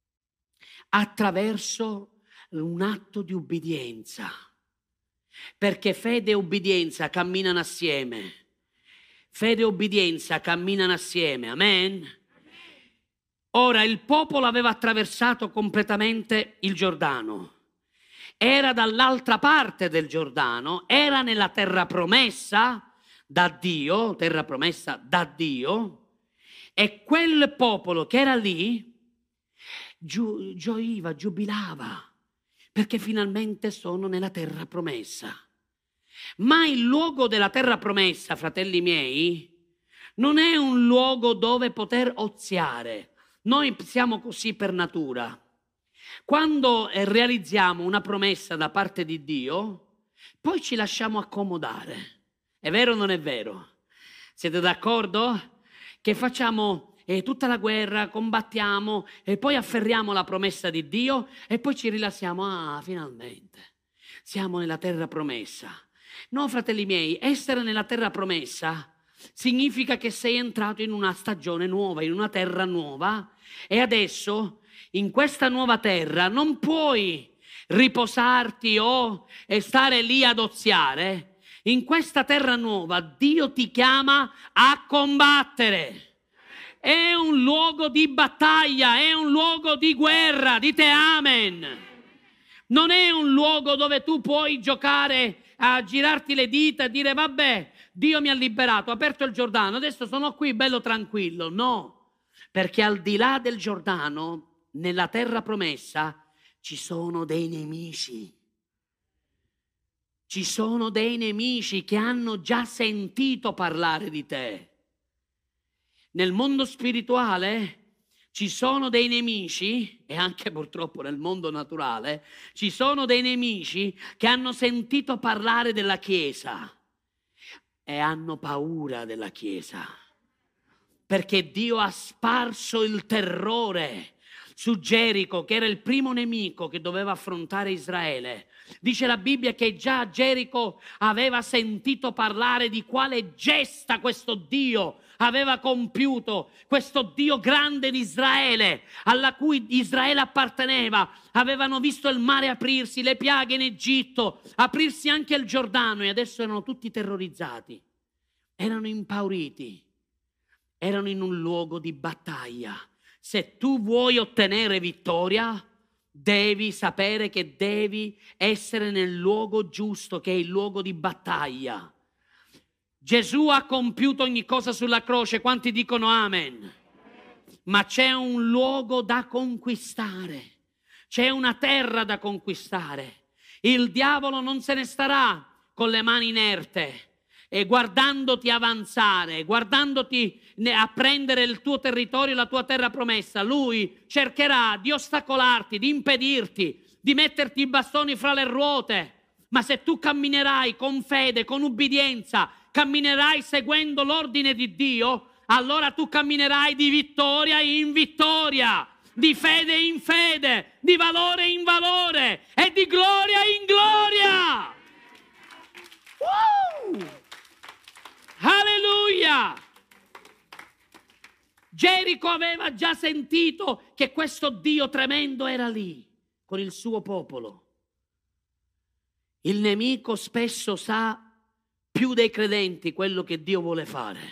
attraverso un atto di ubbidienza, perché fede e ubbidienza camminano assieme. Fede e ubbidienza camminano assieme, amen? Ora il popolo aveva attraversato completamente il Giordano, era dall'altra parte del Giordano, era nella terra promessa da Dio, terra promessa da Dio, e quel popolo che era lì gio- gioiva, giubilava, perché finalmente sono nella terra promessa. Ma il luogo della terra promessa, fratelli miei, non è un luogo dove poter oziare. Noi siamo così per natura. Quando realizziamo una promessa da parte di Dio, poi ci lasciamo accomodare. È vero o non è vero? Siete d'accordo? Che facciamo eh, tutta la guerra, combattiamo e poi afferriamo la promessa di Dio e poi ci rilassiamo. Ah, finalmente, siamo nella terra promessa. No, fratelli miei, essere nella terra promessa significa che sei entrato in una stagione nuova, in una terra nuova, e adesso in questa nuova terra non puoi riposarti o stare lì ad oziare. In questa terra nuova Dio ti chiama a combattere. È un luogo di battaglia, è un luogo di guerra, dite amen. Non è un luogo dove tu puoi giocare a girarti le dita e dire: vabbè, Dio mi ha liberato, ha aperto il Giordano, adesso sono qui bello tranquillo. No, perché al di là del Giordano, nella terra promessa, ci sono dei nemici. Ci sono dei nemici che hanno già sentito parlare di te. Nel mondo spirituale ci sono dei nemici, e anche purtroppo nel mondo naturale, ci sono dei nemici che hanno sentito parlare della Chiesa e hanno paura della Chiesa, perché Dio ha sparso il terrore su Gerico, che era il primo nemico che doveva affrontare Israele. Dice la Bibbia che già Gerico aveva sentito parlare di quale gesta questo Dio aveva compiuto, questo Dio grande di Israele, alla cui Israele apparteneva. Avevano visto il mare aprirsi, le piaghe in Egitto, aprirsi anche il Giordano, e adesso erano tutti terrorizzati, erano impauriti, erano in un luogo di battaglia. Se tu vuoi ottenere vittoria, devi sapere che devi essere nel luogo giusto, che è il luogo di battaglia. Gesù ha compiuto ogni cosa sulla croce, quanti dicono amen? Ma c'è un luogo da conquistare, c'è una terra da conquistare. Il diavolo non se ne starà con le mani inerte e guardandoti avanzare, guardandoti a prendere il tuo territorio, la tua terra promessa. Lui cercherà di ostacolarti, di impedirti, di metterti i bastoni fra le ruote. Ma se tu camminerai con fede, con ubbidienza, camminerai seguendo l'ordine di Dio, allora tu camminerai di vittoria in vittoria, di fede in fede, di valore in valore e di gloria in gloria. Woo! Alleluia! Gerico aveva già sentito che questo Dio tremendo era lì con il suo popolo. Il nemico spesso sa più dei credenti quello che Dio vuole fare.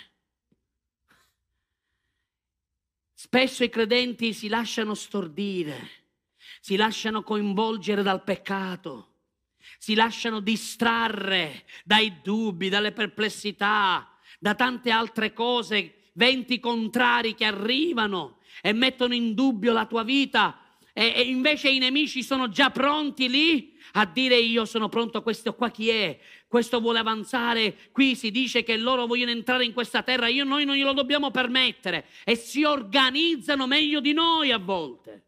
Spesso i credenti si lasciano stordire, si lasciano coinvolgere dal peccato, si lasciano distrarre dai dubbi, dalle perplessità, da tante altre cose, venti contrari che arrivano e mettono in dubbio la tua vita E, e invece i nemici sono già pronti lì a dire: io sono pronto, questo qua chi è? Questo vuole avanzare, qui si dice che loro vogliono entrare in questa terra, io, noi non glielo dobbiamo permettere. E si organizzano meglio di noi a volte.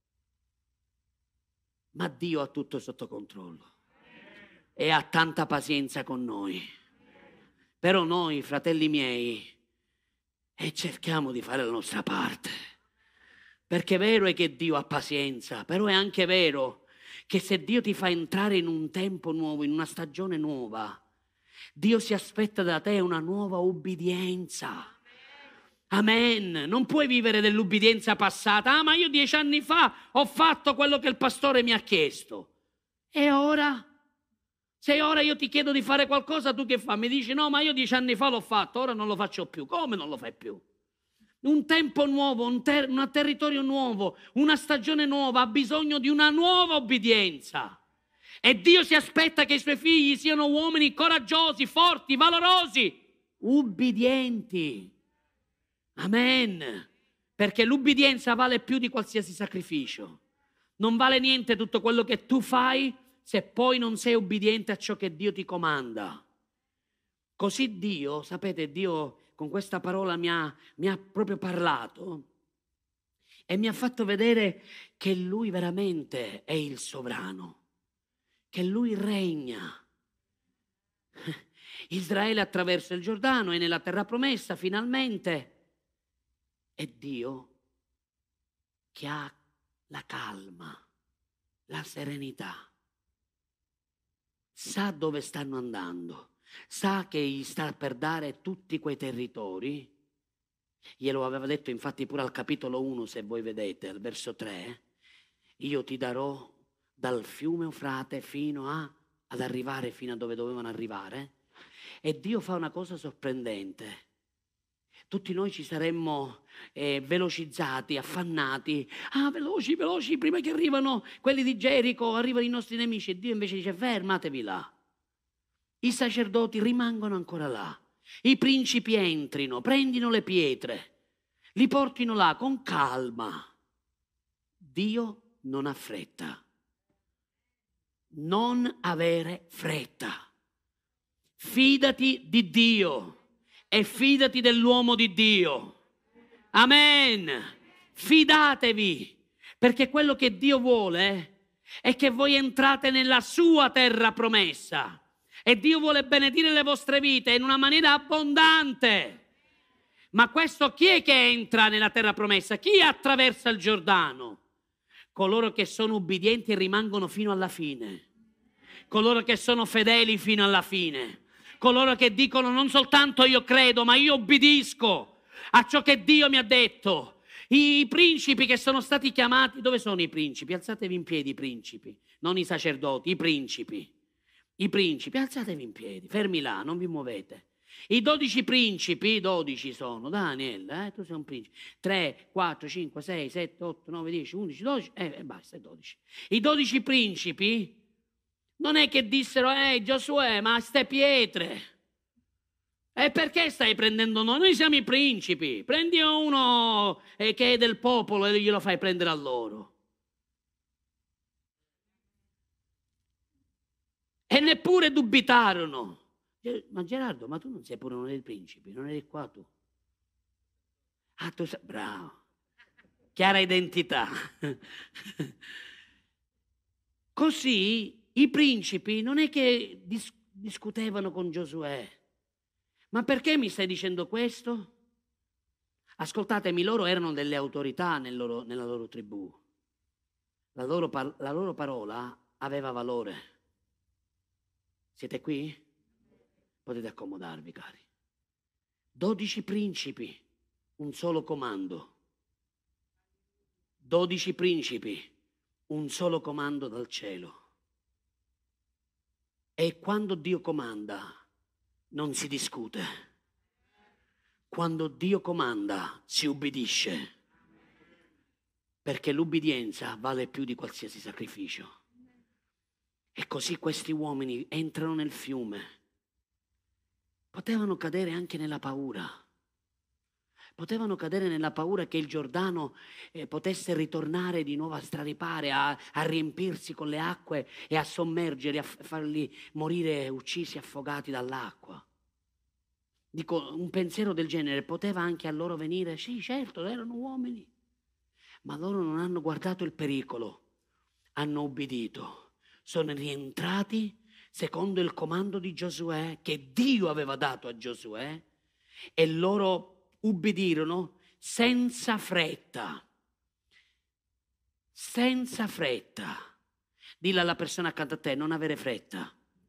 Ma Dio ha tutto sotto controllo e ha tanta pazienza con noi. Però noi, fratelli miei, e cerchiamo di fare la nostra parte, perché è vero è che Dio ha pazienza, però è anche vero che se Dio ti fa entrare in un tempo nuovo, in una stagione nuova, Dio si aspetta da te una nuova ubbidienza. Amen. Non puoi vivere dell'ubbidienza passata. Ah, ma io dieci anni fa ho fatto quello che il pastore mi ha chiesto. E ora? Se ora io ti chiedo di fare qualcosa, tu che fai? Mi dici: no, ma io dieci anni fa l'ho fatto, ora non lo faccio più. Come non lo fai più? Un tempo nuovo, un, ter- un territorio nuovo, una stagione nuova ha bisogno di una nuova obbedienza. E Dio si aspetta che i suoi figli siano uomini coraggiosi, forti, valorosi, ubbidienti. Amen. Perché l'ubbidienza vale più di qualsiasi sacrificio. Non vale niente tutto quello che tu fai se poi non sei ubbidiente a ciò che Dio ti comanda. Così Dio, sapete, Dio con questa parola mi ha, mi ha proprio parlato e mi ha fatto vedere che Lui veramente è il sovrano, che Lui regna. Israele attraversa il Giordano è nella terra promessa finalmente. È Dio che ha la calma, la serenità. Sa dove stanno andando, sa che gli sta per dare tutti quei territori. Glielo aveva detto infatti pure al capitolo uno, se voi vedete, al verso tre. Io ti darò dal fiume Eufrate fino a, ad arrivare fino a dove dovevano arrivare. E Dio fa una cosa sorprendente. Tutti noi ci saremmo eh, velocizzati, affannati. Ah, veloci, veloci, prima che arrivano quelli di Gerico, arrivano i nostri nemici. E Dio invece dice: fermatevi là. I sacerdoti rimangono ancora là. I principi entrino, prendino le pietre, li portino là con calma. Dio non ha fretta. Non avere fretta. Fidati di Dio. E fidati dell'uomo di Dio. Amen. Fidatevi, perché quello che Dio vuole è che voi entrate nella sua terra promessa e Dio vuole benedire le vostre vite in una maniera abbondante. Ma questo chi è che entra nella terra promessa? Chi attraversa il Giordano? Coloro che sono ubbidienti e rimangono fino alla fine, coloro che sono fedeli fino alla fine. Coloro che dicono: non soltanto io credo, ma io obbedisco a ciò che Dio mi ha detto. I principi che sono stati chiamati, dove sono i principi? Alzatevi in piedi i principi, non i sacerdoti, i principi. I principi, alzatevi in piedi, fermi là, non vi muovete. I dodici principi, dodici sono, Daniel, eh, tu sei un principe. tre, quattro, cinque, sei, sette, otto, nove, dieci, undici, dodici, e eh, basta, dodici. I dodici principi non è che dissero: ehi Giosuè, ma ste pietre, e perché stai prendendo noi? Noi siamo i principi, prendi uno eh, che è del popolo e glielo fai prendere a loro. E neppure dubitarono. Ma Gerardo, ma tu non sei pure uno dei principi, non eri qua tu? Ah, tu sei bravo, chiara identità. Così i principi non è che dis- discutevano con Giosuè. Ma perché mi stai dicendo questo? Ascoltatemi, loro erano delle autorità nel loro, nella loro tribù. La loro, par- la loro parola aveva valore. Siete qui? Potete accomodarvi, cari. Dodici principi, un solo comando. Dodici principi, un solo comando dal cielo. E quando Dio comanda, non si discute. Quando Dio comanda, si ubbidisce. Perché l'ubbidienza vale più di qualsiasi sacrificio. E così questi uomini entrano nel fiume. Potevano cadere anche nella paura. Potevano cadere nella paura che il Giordano eh, potesse ritornare di nuovo a straripare, a, a riempirsi con le acque e a sommergerli, a farli morire uccisi, affogati dall'acqua. Dico, un pensiero del genere poteva anche a loro venire? Sì, certo, erano uomini. Ma loro non hanno guardato il pericolo, hanno ubbidito, sono rientrati secondo il comando di Giosuè, che Dio aveva dato a Giosuè, e loro ubbidirono senza fretta, senza fretta. Dilla alla persona accanto a te, non avere fretta.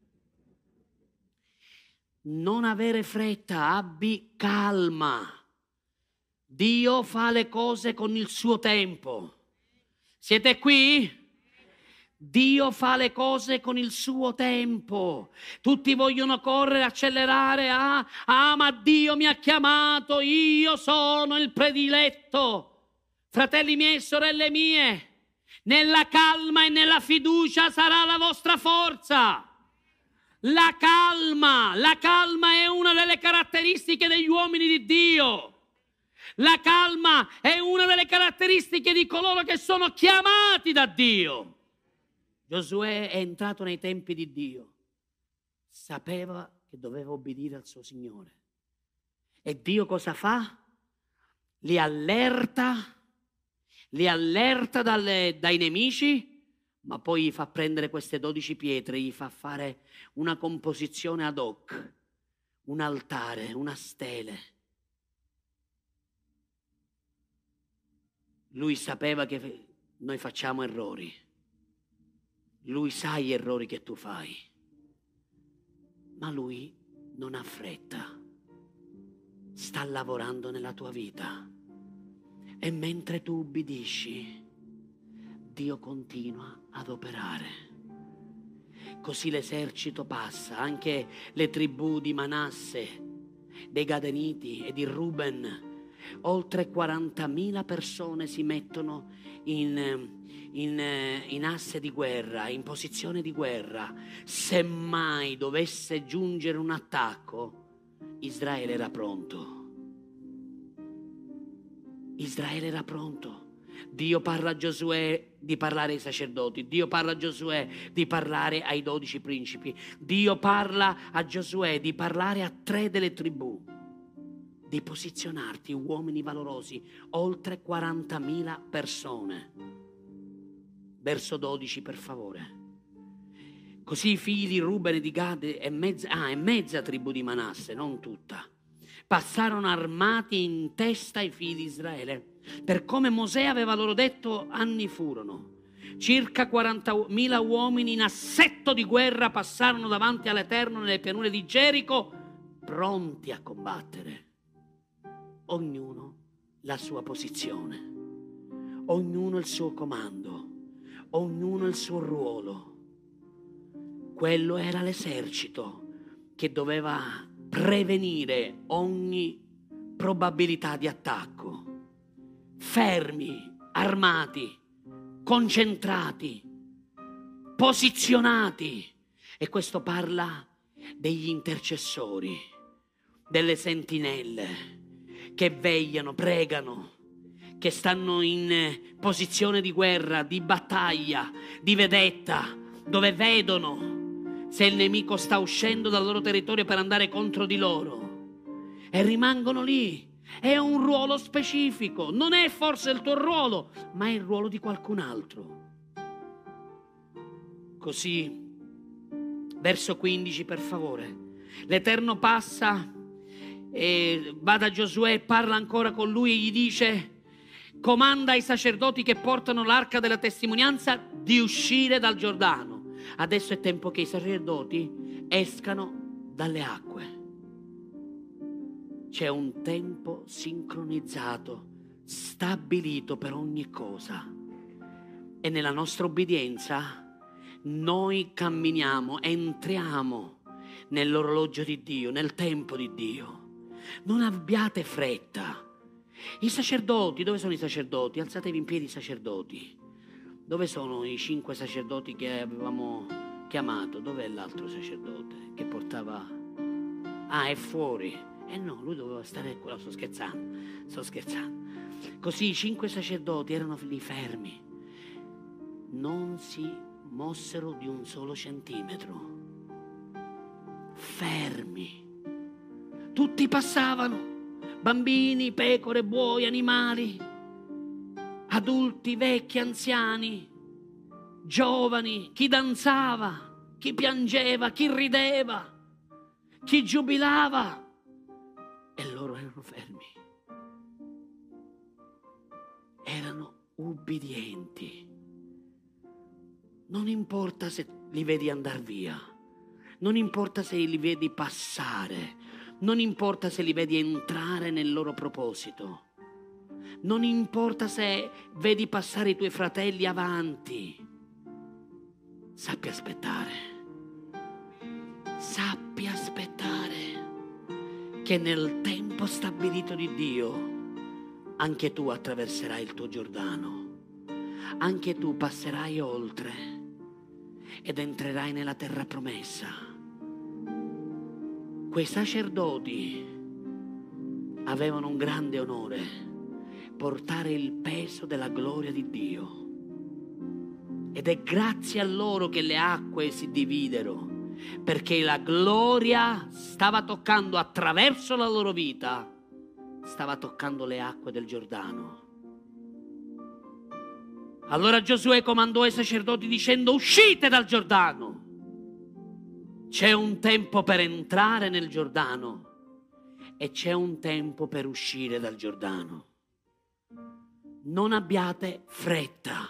Non avere fretta, abbi calma. Dio fa le cose con il suo tempo. Siete qui? Dio fa le cose con il suo tempo. Tutti vogliono correre, accelerare. Ah, ah, ma Dio mi ha chiamato, io sono il prediletto. Fratelli miei e sorelle mie, nella calma e nella fiducia sarà la vostra forza. La calma, la calma è una delle caratteristiche degli uomini di Dio. La calma è una delle caratteristiche di coloro che sono chiamati da Dio. Giosuè è entrato nei tempi di Dio, sapeva che doveva obbedire al suo Signore. E Dio cosa fa? Li allerta, li allerta dalle, dai nemici, ma poi gli fa prendere queste dodici pietre, gli fa fare una composizione ad hoc, un altare, una stele. Lui sapeva che noi facciamo errori. Lui sa gli errori che tu fai, ma lui non ha fretta, sta lavorando nella tua vita e mentre tu ubbidisci, Dio continua ad operare. Così l'esercito passa, anche le tribù di Manasse, dei Gadeniti e di Ruben, oltre quarantamila persone si mettono in In, in asse di guerra, in posizione di guerra. Se mai dovesse giungere un attacco, Israele era pronto. Israele era pronto. Dio parla a Giosuè di parlare ai sacerdoti, Dio parla a Giosuè di parlare ai dodici principi, Dio parla a Giosuè di parlare a tre delle tribù, di posizionarti, uomini valorosi, oltre quarantamila persone. Verso dodici, per favore. Così i figli di Ruben e di Gad e mezza, ah, e mezza tribù di Manasse, non tutta, passarono armati in testa ai figli di Israele, per come Mosè aveva loro detto anni furono. Circa quarantamila uomini in assetto di guerra passarono davanti all'Eterno nelle pianure di Gerico, pronti a combattere. Ognuno la sua posizione, ognuno il suo comando, ognuno il suo ruolo. Quello era l'esercito che doveva prevenire ogni probabilità di attacco. Fermi, armati, concentrati, posizionati. E questo parla degli intercessori, delle sentinelle che vegliano, pregano, che stanno in posizione di guerra, di battaglia, di vedetta, dove vedono se il nemico sta uscendo dal loro territorio per andare contro di loro e rimangono lì. È un ruolo specifico, non è forse il tuo ruolo, ma è il ruolo di qualcun altro. Così, verso quindici, per favore. L'Eterno passa e va da Giosuè e parla ancora con lui e gli dice: comanda ai sacerdoti che portano l'arca della testimonianza di uscire dal Giordano. Adesso è tempo che i sacerdoti escano dalle acque. C'è un tempo sincronizzato, stabilito per ogni cosa. E nella nostra obbedienza noi camminiamo, entriamo nell'orologio di Dio, nel tempo di Dio. Non abbiate fretta. I sacerdoti, dove sono i sacerdoti? Alzatevi in piedi i sacerdoti. Dove sono i cinque sacerdoti che avevamo chiamato? Dov'è l'altro sacerdote che portava? Ah, è fuori. Eh no, lui doveva stare qua, sto scherzando, sto scherzando. Così i cinque sacerdoti erano lì fermi, non si mossero di un solo centimetro, fermi. Tutti passavano, bambini, pecore, buoi, animali, adulti, vecchi, anziani, giovani, chi danzava, chi piangeva, chi rideva, chi giubilava, e loro erano fermi. Erano ubbidienti. Non importa se li vedi andare via, non importa se li vedi passare, non importa se li vedi entrare nel loro proposito, non importa se vedi passare i tuoi fratelli avanti, sappi aspettare, sappi aspettare che nel tempo stabilito di Dio anche tu attraverserai il tuo Giordano, anche tu passerai oltre ed entrerai nella terra promessa. Quei sacerdoti avevano un grande onore: portare il peso della gloria di Dio. Ed è grazie a loro che le acque si dividero, perché la gloria stava toccando attraverso la loro vita, stava toccando le acque del Giordano. Allora Giosuè comandò ai sacerdoti dicendo: uscite dal Giordano. C'è un tempo per entrare nel Giordano e c'è un tempo per uscire dal Giordano. Non abbiate fretta,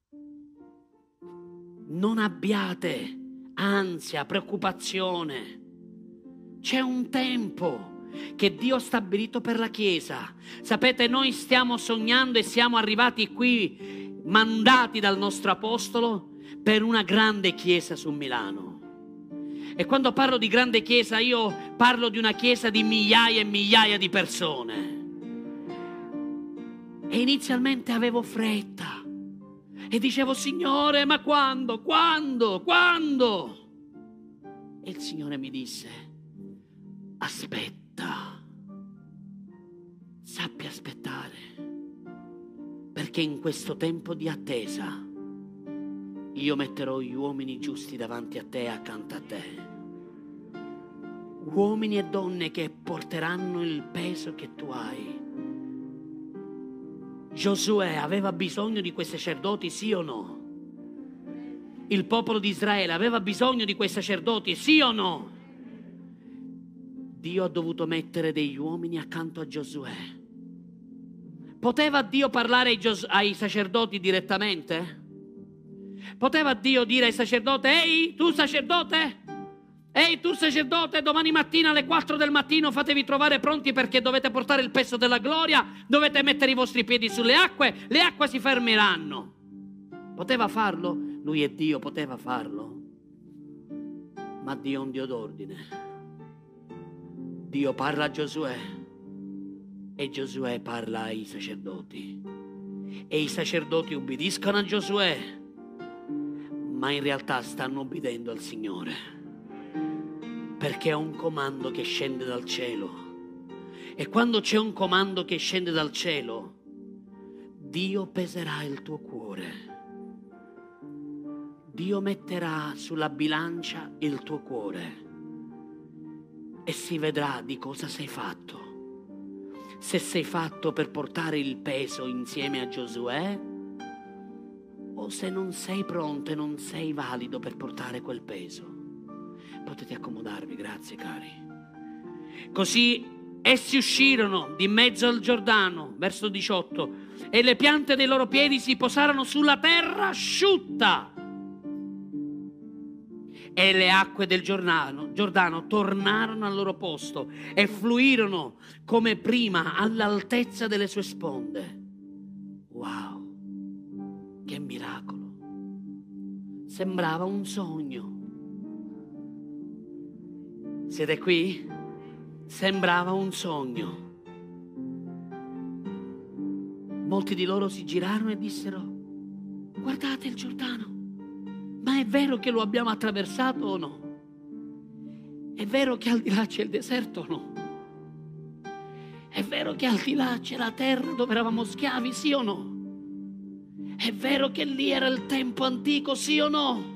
non abbiate ansia, preoccupazione. C'è un tempo che Dio ha stabilito per la Chiesa. Sapete, noi stiamo sognando e siamo arrivati qui, mandati dal nostro apostolo, per una grande Chiesa su Milano. E quando parlo di grande Chiesa, io parlo di una Chiesa di migliaia e migliaia di persone. E inizialmente avevo fretta e dicevo: Signore, ma quando, quando, quando? E il Signore mi disse: aspetta, sappi aspettare, perché in questo tempo di attesa io metterò gli uomini giusti davanti a te, accanto a te, uomini e donne che porteranno il peso che tu hai. Giosuè aveva bisogno di quei sacerdoti, sì o no? Il popolo di Israele aveva bisogno di quei sacerdoti, sì o no? Dio ha dovuto mettere degli uomini accanto a Giosuè. Poteva Dio parlare ai, Gios- ai sacerdoti direttamente? Poteva Dio dire ai sacerdoti: ehi, tu sacerdote, ehi, tu sacerdote, domani mattina alle quattro del mattino fatevi trovare pronti, perché dovete portare il peso della gloria, dovete mettere i vostri piedi sulle acque, le acque si fermeranno. Poteva farlo? Lui è Dio, poteva farlo? Ma Dio è un Dio d'ordine. Dio parla a Giosuè e Giosuè parla ai sacerdoti, e i sacerdoti ubbidiscono a Giosuè, ma in realtà stanno ubbidendo al Signore, perché è un comando che scende dal cielo. E quando c'è un comando che scende dal cielo, Dio peserà il tuo cuore. Dio metterà sulla bilancia il tuo cuore e si vedrà di cosa sei fatto. Se sei fatto per portare il peso insieme a Giosuè, o se non sei pronto e non sei valido per portare quel peso. Potete accomodarvi, grazie cari. Così essi uscirono di mezzo al Giordano, verso diciotto, e le piante dei loro piedi si posarono sulla terra asciutta. E le acque del Giordano, Giordano tornarono al loro posto e fluirono come prima all'altezza delle sue sponde. Wow, che miracolo! Sembrava un sogno. Siete qui? Sembrava un sogno. Molti di loro si girarono e dissero: guardate il Giordano. Ma è vero che lo abbiamo attraversato o no? È vero che al di là c'è il deserto o no? vero che al di là c'è la terra dove eravamo schiavi, sì o no? È vero che lì era il tempo antico, sì o no?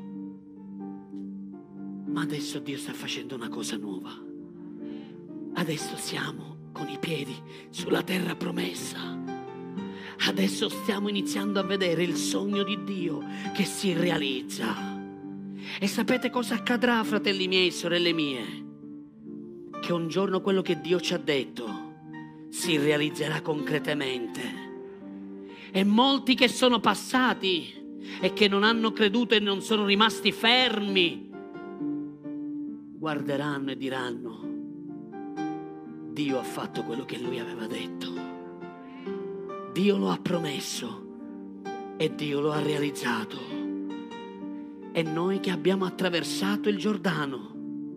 Ma adesso Dio sta facendo una cosa nuova. Adesso siamo con i piedi sulla terra promessa. Adesso stiamo iniziando a vedere il sogno di Dio che si realizza. E sapete cosa accadrà, fratelli miei e sorelle mie? Che un giorno quello che Dio ci ha detto si realizzerà concretamente. E molti che sono passati e che non hanno creduto e non sono rimasti fermi guarderanno e diranno: Dio ha fatto quello che Lui aveva detto, Dio lo ha promesso e Dio lo ha realizzato. E noi che abbiamo attraversato il Giordano,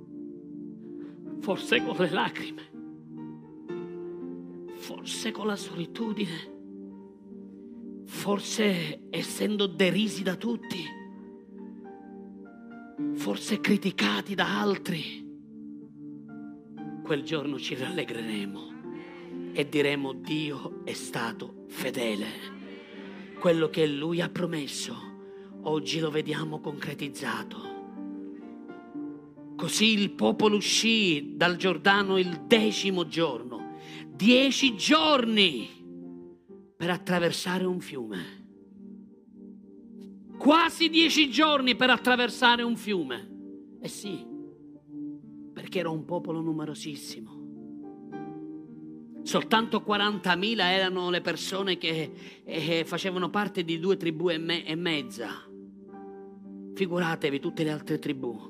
forse con le lacrime, forse con la solitudine, forse essendo derisi da tutti, forse criticati da altri, quel giorno ci rallegreremo e diremo: Dio è stato fedele. Quello che Lui ha promesso oggi lo vediamo concretizzato. Così il popolo uscì dal Giordano il decimo giorno, dieci giorni per attraversare un fiume. Quasi dieci giorni per attraversare un fiume. Eh sì, perché era un popolo numerosissimo. Soltanto quarantamila erano le persone che eh, facevano parte di due tribù e, me- e mezza. Figuratevi tutte le altre tribù.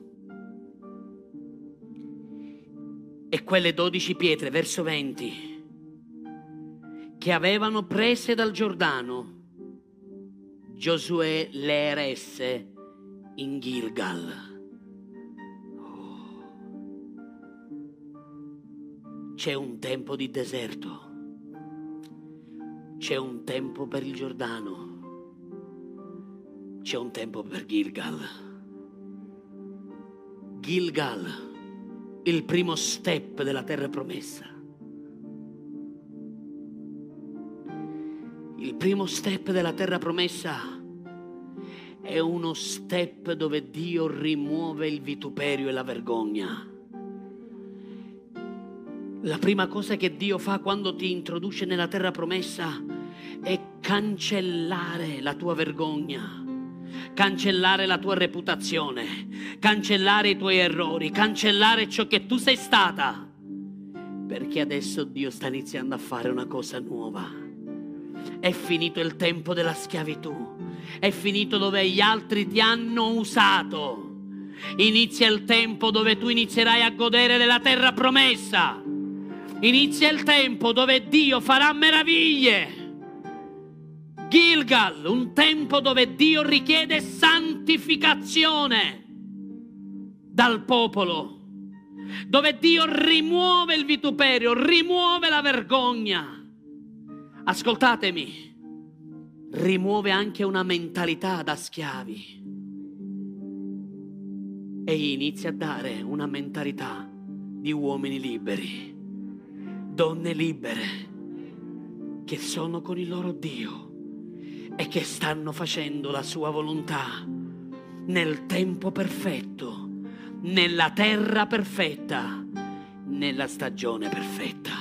E quelle dodici pietre, verso venti, che avevano prese dal Giordano, Giosuè le eresse in Gilgal. Oh. C'è un tempo di deserto, c'è un tempo per il Giordano, c'è un tempo per Gilgal. Gilgal, il primo step della terra promessa. Il primo step della terra promessa è uno step dove Dio rimuove il vituperio e la vergogna. La prima cosa che Dio fa quando ti introduce nella terra promessa è cancellare la tua vergogna, cancellare la tua reputazione, cancellare i tuoi errori, cancellare ciò che tu sei stata, perché adesso Dio sta iniziando a fare una cosa nuova. È finito il tempo della schiavitù, è finito dove gli altri ti hanno usato. Inizia il tempo dove tu inizierai a godere della terra promessa. Inizia il tempo dove Dio farà meraviglie. Gilgal, un tempo dove Dio richiede santificazione dal popolo, dove Dio rimuove il vituperio, rimuove la vergogna. Ascoltatemi, rimuove anche una mentalità da schiavi e inizia a dare una mentalità di uomini liberi, donne libere, che sono con il loro Dio e che stanno facendo la sua volontà nel tempo perfetto, nella terra perfetta, nella stagione perfetta.